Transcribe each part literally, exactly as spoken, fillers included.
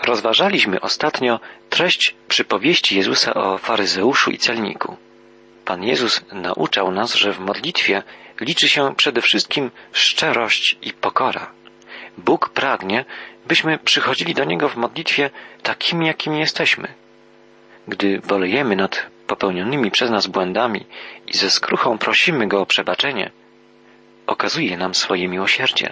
Rozważaliśmy ostatnio treść przypowieści Jezusa o faryzeuszu i celniku. Pan Jezus nauczał nas, że w modlitwie liczy się przede wszystkim szczerość i pokora. Bóg pragnie, byśmy przychodzili do Niego w modlitwie takimi, jakimi jesteśmy. Gdy bolejemy nad popełnionymi przez nas błędami i ze skruchą prosimy Go o przebaczenie, okazuje nam swoje miłosierdzie.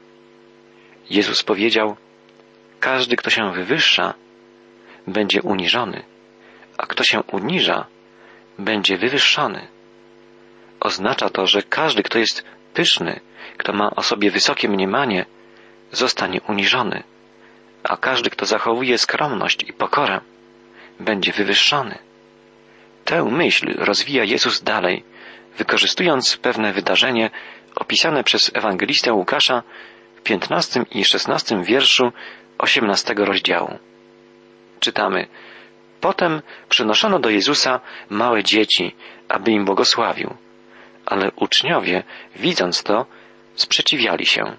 Jezus powiedział: każdy, kto się wywyższa, będzie uniżony, a kto się uniża, będzie wywyższony. Oznacza to, że każdy, kto jest pyszny, kto ma o sobie wysokie mniemanie, zostanie uniżony, a każdy, kto zachowuje skromność i pokorę, będzie wywyższony. Tę myśl rozwija Jezus dalej, wykorzystując pewne wydarzenie opisane przez ewangelistę Łukasza w piętnastym i szesnastym wierszu osiemnastego rozdziału. Czytamy: potem przynoszono do Jezusa małe dzieci, aby im błogosławił, ale uczniowie, widząc to, sprzeciwiali się.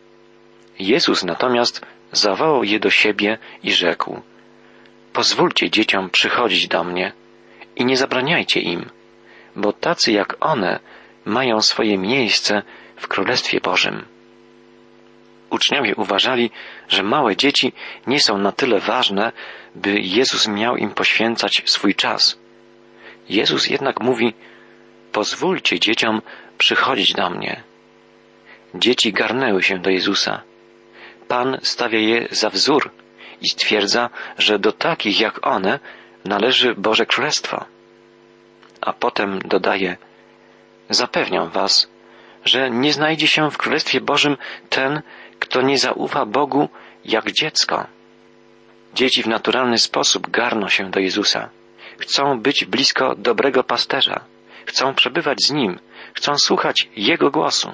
Jezus natomiast zawołał je do siebie i rzekł: pozwólcie dzieciom przychodzić do mnie i nie zabraniajcie im, bo tacy jak one mają swoje miejsce w Królestwie Bożym. Uczniowie uważali, że małe dzieci nie są na tyle ważne, by Jezus miał im poświęcać swój czas. Jezus jednak mówi: pozwólcie dzieciom przychodzić do mnie. Dzieci garnęły się do Jezusa. Pan stawia je za wzór i stwierdza, że do takich jak one należy Boże Królestwo. A potem dodaje: zapewniam was, że nie znajdzie się w Królestwie Bożym ten, kto nie zaufa Bogu jak dziecko. Dzieci w naturalny sposób garną się do Jezusa. Chcą być blisko dobrego pasterza. Chcą przebywać z Nim. Chcą słuchać Jego głosu.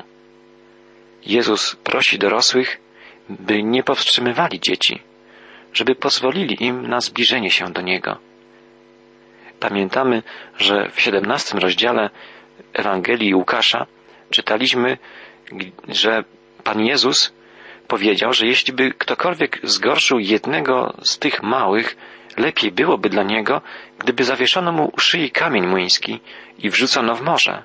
Jezus prosi dorosłych, by nie powstrzymywali dzieci, żeby pozwolili im na zbliżenie się do Niego. Pamiętamy, że w siedemnastym rozdziale Ewangelii Łukasza czytaliśmy, że Pan Jezus powiedział, że jeśli by ktokolwiek zgorszył jednego z tych małych, lepiej byłoby dla niego, gdyby zawieszono mu u szyi kamień młyński i wrzucono w morze.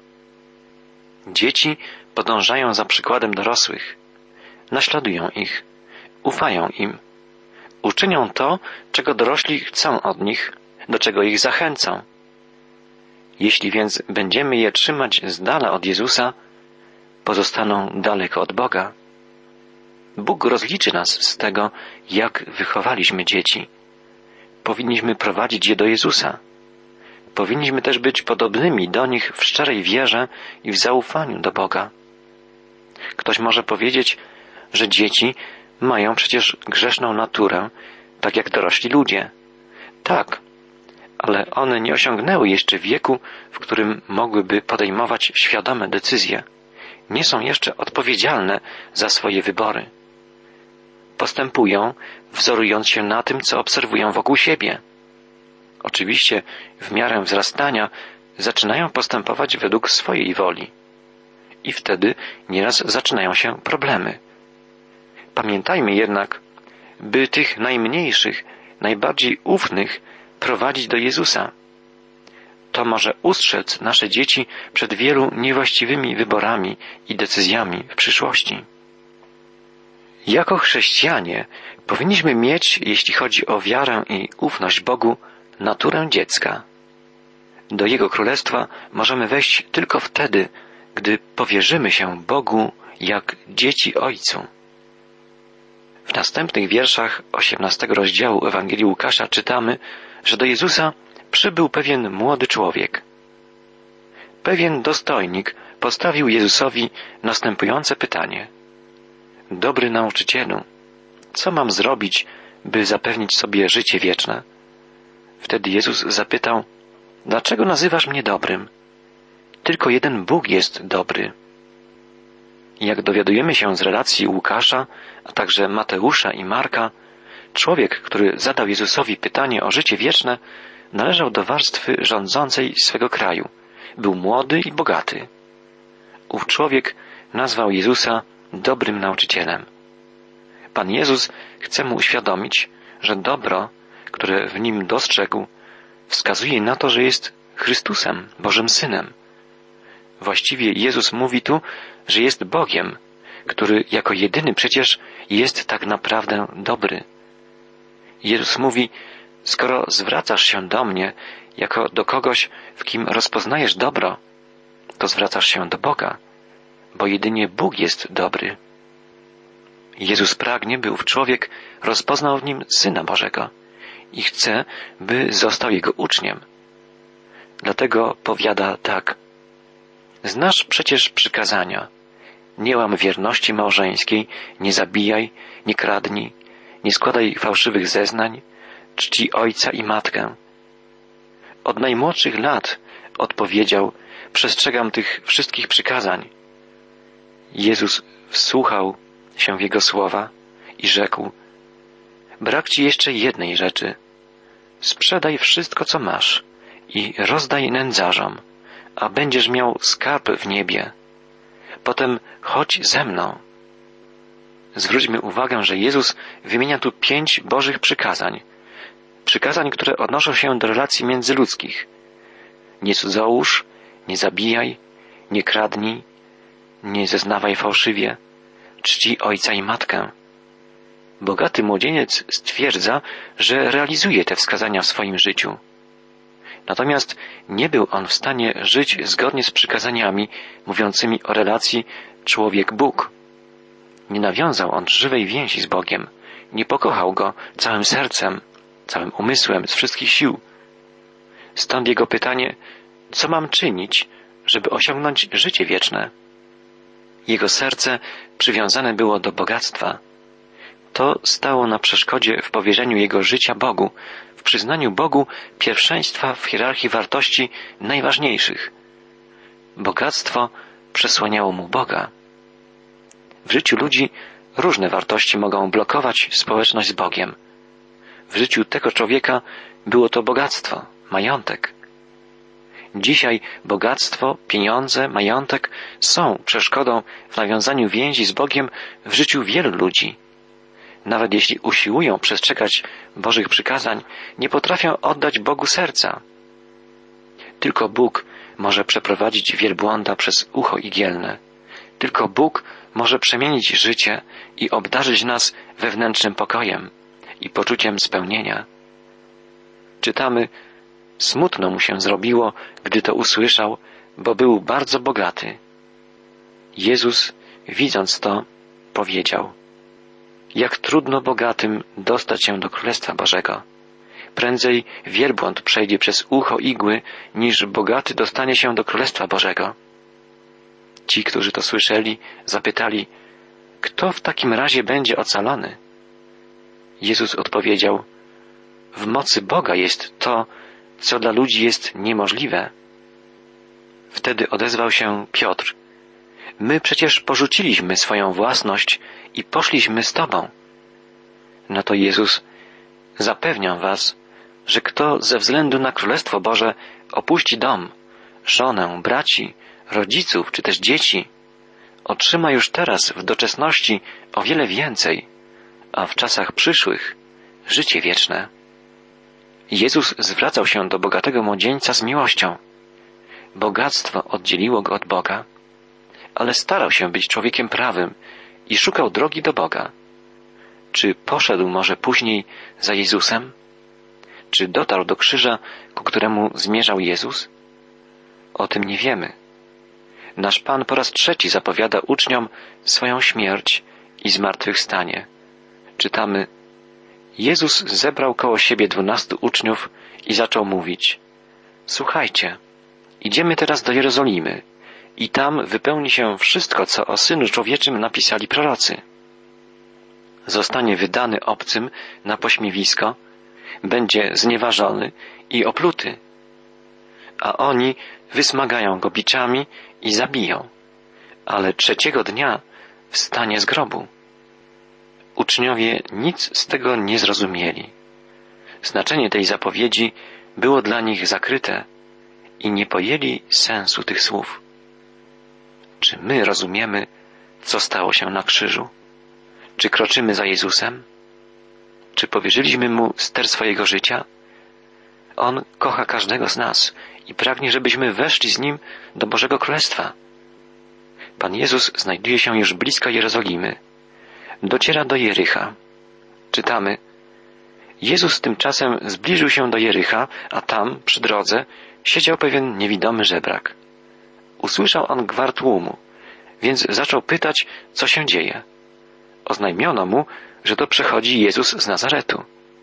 Dzieci podążają za przykładem dorosłych, naśladują ich, ufają im, uczynią to, czego dorośli chcą od nich, do czego ich zachęcą. Jeśli więc będziemy je trzymać z dala od Jezusa, pozostaną daleko od Boga. Bóg rozliczy nas z tego, jak wychowaliśmy dzieci. Powinniśmy prowadzić je do Jezusa. Powinniśmy też być podobnymi do nich w szczerej wierze i w zaufaniu do Boga. Ktoś może powiedzieć, że dzieci mają przecież grzeszną naturę, tak jak dorośli ludzie. Tak, ale one nie osiągnęły jeszcze wieku, w którym mogłyby podejmować świadome decyzje. Nie są jeszcze odpowiedzialne za swoje wybory. Postępują, wzorując się na tym, co obserwują wokół siebie. Oczywiście w miarę wzrastania zaczynają postępować według swojej woli. I wtedy nieraz zaczynają się problemy. Pamiętajmy jednak, by tych najmniejszych, najbardziej ufnych prowadzić do Jezusa. To może ustrzec nasze dzieci przed wielu niewłaściwymi wyborami i decyzjami w przyszłości. Jako chrześcijanie powinniśmy mieć, jeśli chodzi o wiarę i ufność Bogu, naturę dziecka. Do Jego Królestwa możemy wejść tylko wtedy, gdy powierzymy się Bogu jak dzieci Ojcu. W następnych wierszach osiemnastego rozdziału Ewangelii Łukasza czytamy, że do Jezusa przybył pewien młody człowiek. Pewien dostojnik postawił Jezusowi następujące pytanie: Dobry nauczycielu, co mam zrobić, by zapewnić sobie życie wieczne? Wtedy Jezus zapytał: Dlaczego nazywasz mnie dobrym? Tylko jeden Bóg jest dobry. Jak dowiadujemy się z relacji Łukasza, a także Mateusza i Marka, człowiek, który zadał Jezusowi pytanie o życie wieczne, należał do warstwy rządzącej swego kraju. Był młody i bogaty. Ów człowiek nazwał Jezusa dobrym nauczycielem. Pan Jezus chce mu uświadomić, że dobro, które w nim dostrzegł, wskazuje na to, że jest Chrystusem, Bożym Synem. Właściwie Jezus mówi tu, że jest Bogiem, który jako jedyny przecież jest tak naprawdę dobry. Jezus mówi, skoro zwracasz się do mnie jako do kogoś, w kim rozpoznajesz dobro, to zwracasz się do Boga, bo jedynie Bóg jest dobry. Jezus pragnie, by ów człowiek rozpoznał w nim Syna Bożego i chce, by został Jego uczniem. Dlatego powiada tak: znasz przecież przykazania. Nie łam wierności małżeńskiej, nie zabijaj, nie kradnij, nie składaj fałszywych zeznań, czci ojca i matkę. Od najmłodszych lat odpowiedział, przestrzegam tych wszystkich przykazań. Jezus wsłuchał się w jego słowa i rzekł, brak ci jeszcze jednej rzeczy. Sprzedaj wszystko, co masz i rozdaj nędzarzom, a będziesz miał skarb w niebie. Potem chodź ze mną. Zwróćmy uwagę, że Jezus wymienia tu pięć Bożych przykazań. Przykazań, które odnoszą się do relacji międzyludzkich. Nie cudzołóż, nie zabijaj, nie kradnij, nie zeznawaj fałszywie, czci ojca i matkę. Bogaty młodzieniec stwierdza, że realizuje te wskazania w swoim życiu. Natomiast nie był on w stanie żyć zgodnie z przykazaniami mówiącymi o relacji człowiek-Bóg. Nie nawiązał on żywej więzi z Bogiem, nie pokochał Go całym sercem, całym umysłem, z wszystkich sił. Stąd jego pytanie, co mam czynić, żeby osiągnąć życie wieczne? Jego serce przywiązane było do bogactwa. To stało na przeszkodzie w powierzeniu jego życia Bogu, w przyznaniu Bogu pierwszeństwa w hierarchii wartości najważniejszych. Bogactwo przesłaniało mu Boga. W życiu ludzi różne wartości mogą blokować społeczność z Bogiem. W życiu tego człowieka było to bogactwo, majątek. Dzisiaj bogactwo, pieniądze, majątek są przeszkodą w nawiązaniu więzi z Bogiem w życiu wielu ludzi. Nawet jeśli usiłują przestrzegać Bożych przykazań, nie potrafią oddać Bogu serca. Tylko Bóg może przeprowadzić wielbłąda przez ucho igielne. Tylko Bóg może przemienić życie i obdarzyć nas wewnętrznym pokojem i poczuciem spełnienia. Czytamy, smutno mu się zrobiło, gdy to usłyszał, bo był bardzo bogaty. Jezus, widząc to, powiedział, jak trudno bogatym dostać się do Królestwa Bożego. Prędzej wielbłąd przejdzie przez ucho igły, niż bogaty dostanie się do Królestwa Bożego. Ci, którzy to słyszeli, zapytali, kto w takim razie będzie ocalony? Jezus odpowiedział, w mocy Boga jest to, co dla ludzi jest niemożliwe. Wtedy odezwał się Piotr. My przecież porzuciliśmy swoją własność i poszliśmy z Tobą. No to Jezus, zapewniam was, że kto ze względu na Królestwo Boże opuści dom, żonę, braci, rodziców czy też dzieci, otrzyma już teraz w doczesności o wiele więcej, a w czasach przyszłych życie wieczne. Jezus zwracał się do bogatego młodzieńca z miłością. Bogactwo oddzieliło go od Boga, ale starał się być człowiekiem prawym i szukał drogi do Boga. Czy poszedł może później za Jezusem? Czy dotarł do krzyża, ku któremu zmierzał Jezus? O tym nie wiemy. Nasz Pan po raz trzeci zapowiada uczniom swoją śmierć i zmartwychwstanie. Czytamy, Jezus zebrał koło siebie dwunastu uczniów i zaczął mówić, słuchajcie, idziemy teraz do Jerozolimy i tam wypełni się wszystko, co o Synu Człowieczym napisali prorocy. Zostanie wydany obcym na pośmiewisko, będzie znieważony i opluty, a oni wysmagają go biczami i zabiją, ale trzeciego dnia wstanie z grobu. Uczniowie nic z tego nie zrozumieli. Znaczenie tej zapowiedzi było dla nich zakryte i nie pojęli sensu tych słów. Czy my rozumiemy, co stało się na krzyżu? Czy kroczymy za Jezusem? Czy powierzyliśmy Mu ster swojego życia? On kocha każdego z nas i pragnie, żebyśmy weszli z Nim do Bożego Królestwa. Pan Jezus znajduje się już blisko Jerozolimy. Dociera do Jericha. Czytamy: Jezus tymczasem zbliżył się do Jericha, a tam, przy drodze, siedział pewien niewidomy żebrak. Usłyszał on gwar tłumu, więc zaczął pytać, co się dzieje. Oznajmiono mu, że to przychodzi Jezus z Nazaretu.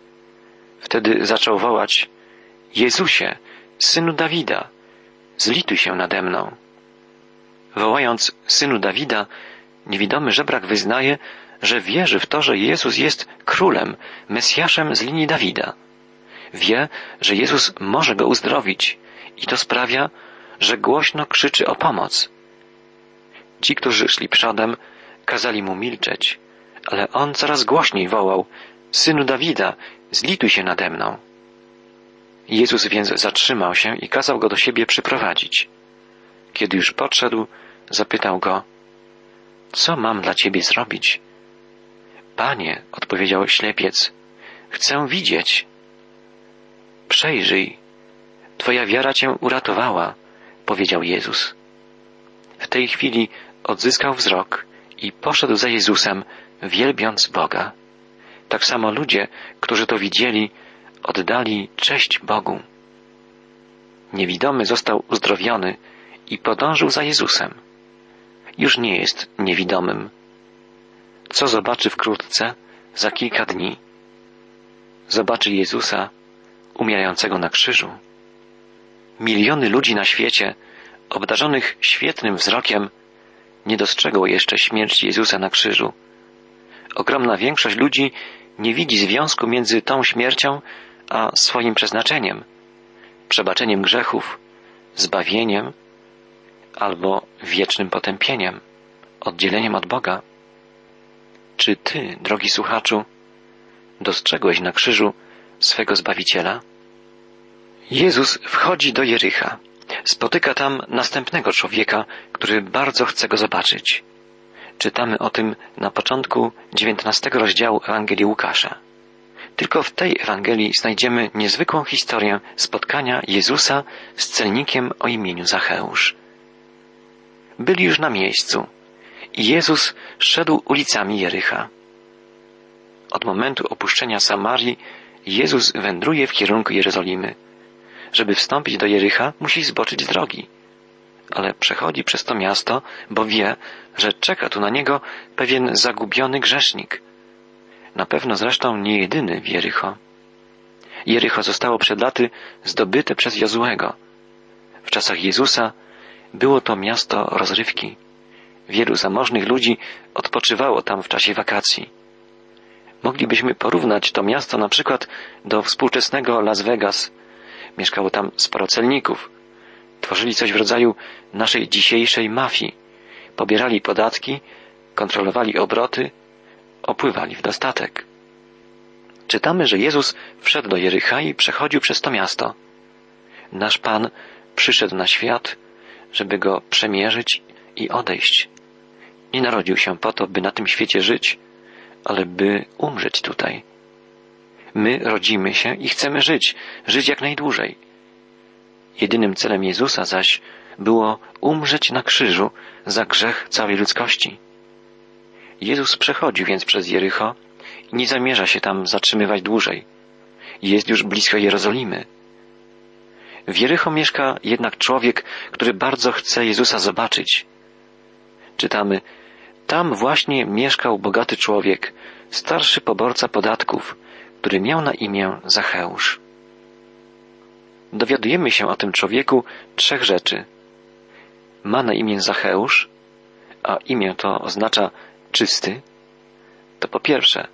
Wtedy zaczął wołać: Jezusie, Synu Dawida, zlituj się nade mną. Wołając Synu Dawida, niewidomy żebrak wyznaje, że wierzy w to, że Jezus jest królem, Mesjaszem z linii Dawida. Wie, że Jezus może go uzdrowić i to sprawia, że głośno krzyczy o pomoc. Ci, którzy szli przodem, kazali mu milczeć, ale on coraz głośniej wołał: Synu Dawida, zlituj się nade mną. Jezus więc zatrzymał się i kazał go do siebie przyprowadzić. Kiedy już podszedł, zapytał go: Co mam dla ciebie zrobić? Panie, odpowiedział ślepiec, chcę widzieć. Przejrzyj, twoja wiara cię uratowała, powiedział Jezus. W tej chwili odzyskał wzrok i poszedł za Jezusem, wielbiąc Boga. Tak samo ludzie, którzy to widzieli, oddali cześć Bogu. Niewidomy został uzdrowiony i podążył za Jezusem. Już nie jest niewidomym. Co zobaczy wkrótce, za kilka dni? Zobaczy Jezusa umierającego na krzyżu. Miliony ludzi na świecie, obdarzonych świetnym wzrokiem, nie dostrzegło jeszcze śmierci Jezusa na krzyżu. Ogromna większość ludzi nie widzi związku między tą śmiercią a swoim przeznaczeniem, przebaczeniem grzechów, zbawieniem albo wiecznym potępieniem, oddzieleniem od Boga. Czy ty, drogi słuchaczu, dostrzegłeś na krzyżu swego Zbawiciela? Jezus wchodzi do Jericha. Spotyka tam następnego człowieka, który bardzo chce go zobaczyć. Czytamy o tym na początku dziewiętnastego rozdziału Ewangelii Łukasza. Tylko w tej Ewangelii znajdziemy niezwykłą historię spotkania Jezusa z celnikiem o imieniu Zacheusz. Byli już na miejscu i Jezus szedł ulicami Jericha. Od momentu opuszczenia Samarii Jezus wędruje w kierunku Jerozolimy. Żeby wstąpić do Jericha, musi zboczyć z drogi. Ale przechodzi przez to miasto, bo wie, że czeka tu na niego pewien zagubiony grzesznik. Na pewno zresztą nie jedyny w Jericho. Jericho zostało przed laty zdobyte przez Jozuego. W czasach Jezusa było to miasto rozrywki. Wielu zamożnych ludzi odpoczywało tam w czasie wakacji. Moglibyśmy porównać to miasto na przykład do współczesnego Las Vegas. Mieszkało tam sporo celników. Tworzyli coś w rodzaju naszej dzisiejszej mafii. Pobierali podatki, kontrolowali obroty, opływali w dostatek. Czytamy, że Jezus wszedł do Jericha i przechodził przez to miasto. Nasz Pan przyszedł na świat, żeby go przemierzyć i odejść. Nie narodził się po to, by na tym świecie żyć, ale by umrzeć tutaj. My rodzimy się i chcemy żyć, żyć jak najdłużej. Jedynym celem Jezusa zaś było umrzeć na krzyżu za grzech całej ludzkości. Jezus przechodził więc przez Jericho i nie zamierza się tam zatrzymywać dłużej. Jest już blisko Jerozolimy. W Jericho mieszka jednak człowiek, który bardzo chce Jezusa zobaczyć. Czytamy: tam właśnie mieszkał bogaty człowiek, starszy poborca podatków, który miał na imię Zacheusz. Dowiadujemy się o tym człowieku trzech rzeczy. Ma na imię Zacheusz, a imię to oznacza czysty. To po pierwsze,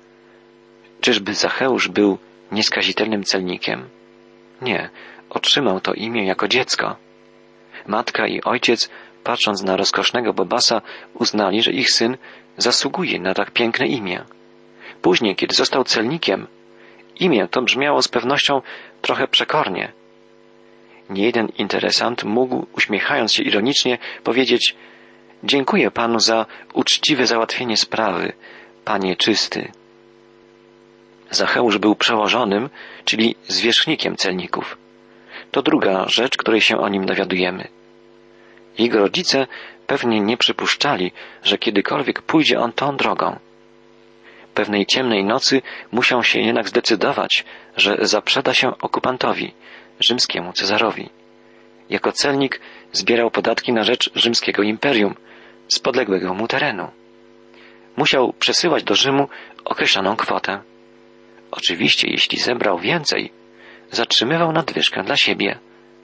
czyżby Zacheusz był nieskazitelnym celnikiem? Nie, otrzymał to imię jako dziecko. Matka i ojciec, patrząc na rozkosznego Bobasa, uznali, że ich syn zasługuje na tak piękne imię. Później, kiedy został celnikiem, imię to brzmiało z pewnością trochę przekornie. Niejeden interesant mógł, uśmiechając się ironicznie, powiedzieć: dziękuję Panu za uczciwe załatwienie sprawy, Panie czysty. Zacheusz był przełożonym, czyli zwierzchnikiem celników. To druga rzecz, której się o nim dowiadujemy. Jego rodzice pewnie nie przypuszczali, że kiedykolwiek pójdzie on tą drogą. Pewnej ciemnej nocy musiał się jednak zdecydować, że zaprzeda się okupantowi, rzymskiemu Cezarowi. Jako celnik zbierał podatki na rzecz rzymskiego imperium z podległego mu terenu. Musiał przesyłać do Rzymu określoną kwotę. Oczywiście, jeśli zebrał więcej, zatrzymywał nadwyżkę dla siebie.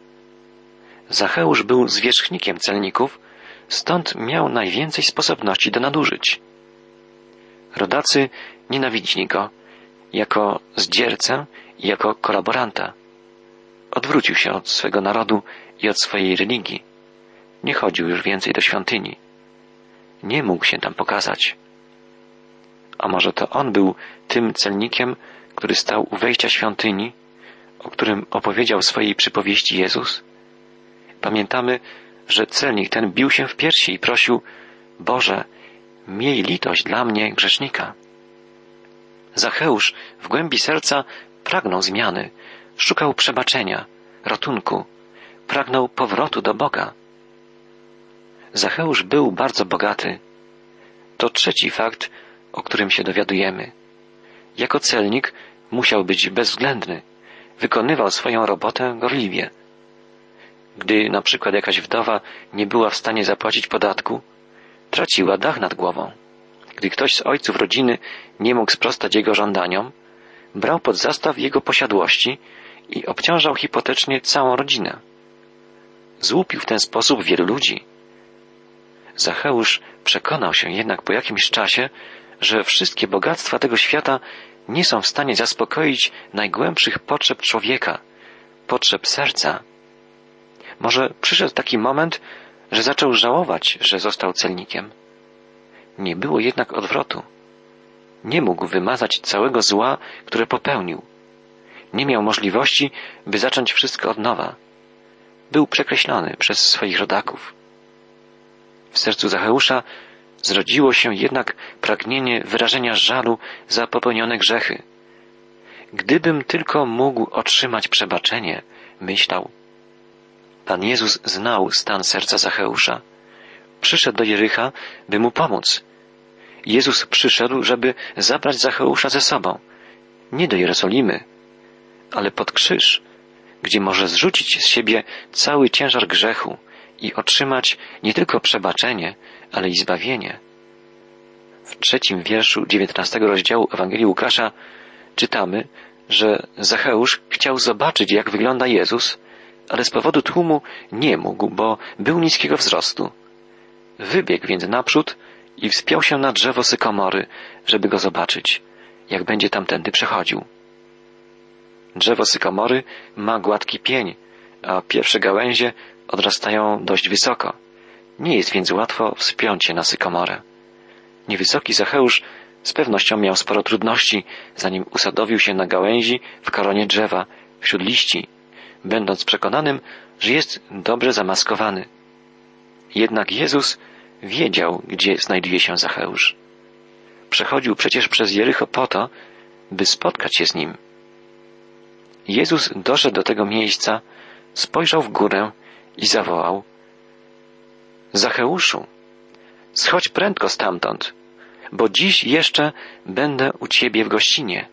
Zacheusz był zwierzchnikiem celników, stąd miał najwięcej sposobności do nadużyć. Rodacy nienawidzili go jako zdziercę i jako kolaboranta. Odwrócił się od swego narodu i od swojej religii. Nie chodził już więcej do świątyni. Nie mógł się tam pokazać. A może to on był tym celnikiem, który stał u wejścia świątyni, o którym opowiedział w swojej przypowieści Jezus? Pamiętamy, że celnik ten bił się w piersi i prosił: Boże, miej litość dla mnie, grzesznika. Zacheusz w głębi serca pragnął zmiany, szukał przebaczenia, ratunku, pragnął powrotu do Boga. Zacheusz był bardzo bogaty. To trzeci fakt, o którym się dowiadujemy. Jako celnik musiał być bezwzględny, wykonywał swoją robotę gorliwie. Gdy na przykład jakaś wdowa nie była w stanie zapłacić podatku, traciła dach nad głową. Gdy ktoś z ojców rodziny nie mógł sprostać jego żądaniom, brał pod zastaw jego posiadłości i obciążał hipotecznie całą rodzinę. Złupił w ten sposób wielu ludzi. Zacheusz przekonał się jednak po jakimś czasie, że wszystkie bogactwa tego świata nie są w stanie zaspokoić najgłębszych potrzeb człowieka, potrzeb serca. Może przyszedł taki moment, że zaczął żałować, że został celnikiem. Nie było jednak odwrotu. Nie mógł wymazać całego zła, które popełnił. Nie miał możliwości, by zacząć wszystko od nowa. Był przekreślony przez swoich rodaków. W sercu Zacheusza zrodziło się jednak pragnienie wyrażenia żalu za popełnione grzechy. Gdybym tylko mógł otrzymać przebaczenie, myślał. Pan Jezus znał stan serca Zacheusza. Przyszedł do Jericha, by mu pomóc. Jezus przyszedł, żeby zabrać Zacheusza ze sobą. Nie do Jerozolimy, ale pod krzyż, gdzie może zrzucić z siebie cały ciężar grzechu i otrzymać nie tylko przebaczenie, ale i zbawienie. W trzecim wierszu dziewiętnastego rozdziału Ewangelii Łukasza czytamy, że Zacheusz chciał zobaczyć, jak wygląda Jezus, ale z powodu tłumu nie mógł, bo był niskiego wzrostu. Wybiegł więc naprzód i wspiął się na drzewo sykomory, żeby go zobaczyć, jak będzie tamtędy przechodził. Drzewo sykomory ma gładki pień, a pierwsze gałęzie odrastają dość wysoko. Nie jest więc łatwo wspiąć się na sykomorę. Niewysoki Zacheusz z pewnością miał sporo trudności, zanim usadowił się na gałęzi w koronie drzewa, wśród liści, będąc przekonanym, że jest dobrze zamaskowany. Jednak Jezus wiedział, gdzie znajduje się Zacheusz. Przechodził przecież przez Jericho po to, by spotkać się z nim. Jezus doszedł do tego miejsca, spojrzał w górę i zawołał: Zacheuszu, schodź prędko stamtąd, bo dziś jeszcze będę u ciebie w gościnie.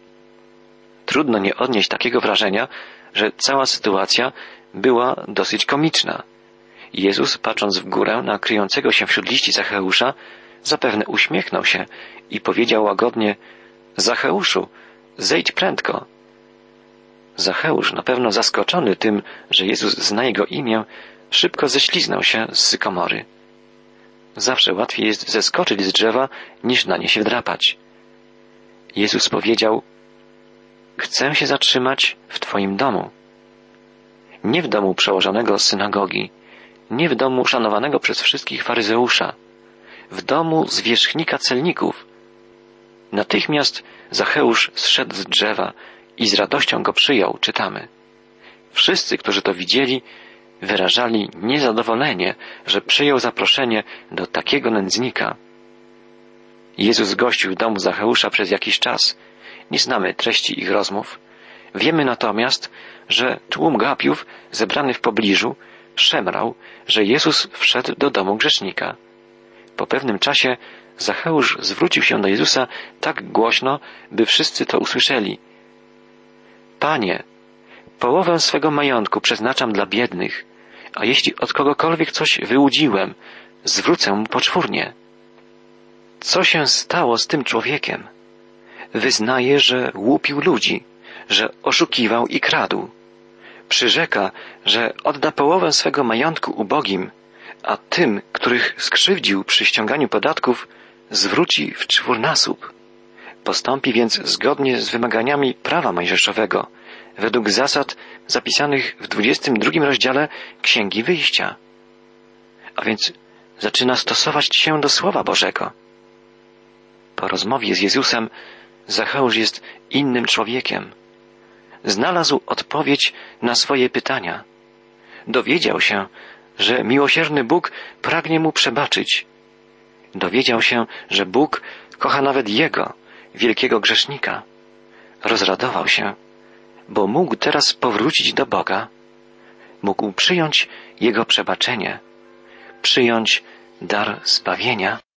Trudno nie odnieść takiego wrażenia, że cała sytuacja była dosyć komiczna. Jezus, patrząc w górę na kryjącego się wśród liści Zacheusza, zapewne uśmiechnął się i powiedział łagodnie: Zacheuszu, zejdź prędko. Zacheusz, na pewno zaskoczony tym, że Jezus zna jego imię, szybko ześliznął się z sykomory. Zawsze łatwiej jest zeskoczyć z drzewa, niż na nie się wdrapać. Jezus powiedział: Chcę się zatrzymać w Twoim domu. Nie w domu przełożonego z synagogi, nie w domu szanowanego przez wszystkich faryzeusza, w domu zwierzchnika celników. Natychmiast Zacheusz zszedł z drzewa i z radością go przyjął, czytamy. Wszyscy, którzy to widzieli, wyrażali niezadowolenie, że przyjął zaproszenie do takiego nędznika. Jezus gościł w domu Zacheusza przez jakiś czas. Nie znamy treści ich rozmów. Wiemy natomiast, że tłum gapiów zebrany w pobliżu szemrał, że Jezus wszedł do domu grzesznika. Po pewnym czasie Zacheusz zwrócił się do Jezusa tak głośno, by wszyscy to usłyszeli. Panie, połowę swego majątku przeznaczam dla biednych, a jeśli od kogokolwiek coś wyłudziłem, zwrócę mu poczwórnie. Co się stało z tym człowiekiem? Wyznaje, że łupił ludzi, że oszukiwał i kradł. Przyrzeka, że odda połowę swego majątku ubogim, a tym, których skrzywdził przy ściąganiu podatków, zwróci w czwórnasób. Postąpi więc zgodnie z wymaganiami prawa mojżeszowego, według zasad zapisanych w dwudziestym drugim rozdziale Księgi Wyjścia. A więc zaczyna stosować się do Słowa Bożego. Po rozmowie z Jezusem Zacheusz jest innym człowiekiem. Znalazł odpowiedź na swoje pytania. Dowiedział się, że miłosierny Bóg pragnie mu przebaczyć. Dowiedział się, że Bóg kocha nawet jego, wielkiego grzesznika. Rozradował się, bo mógł teraz powrócić do Boga. Mógł przyjąć Jego przebaczenie, przyjąć dar zbawienia.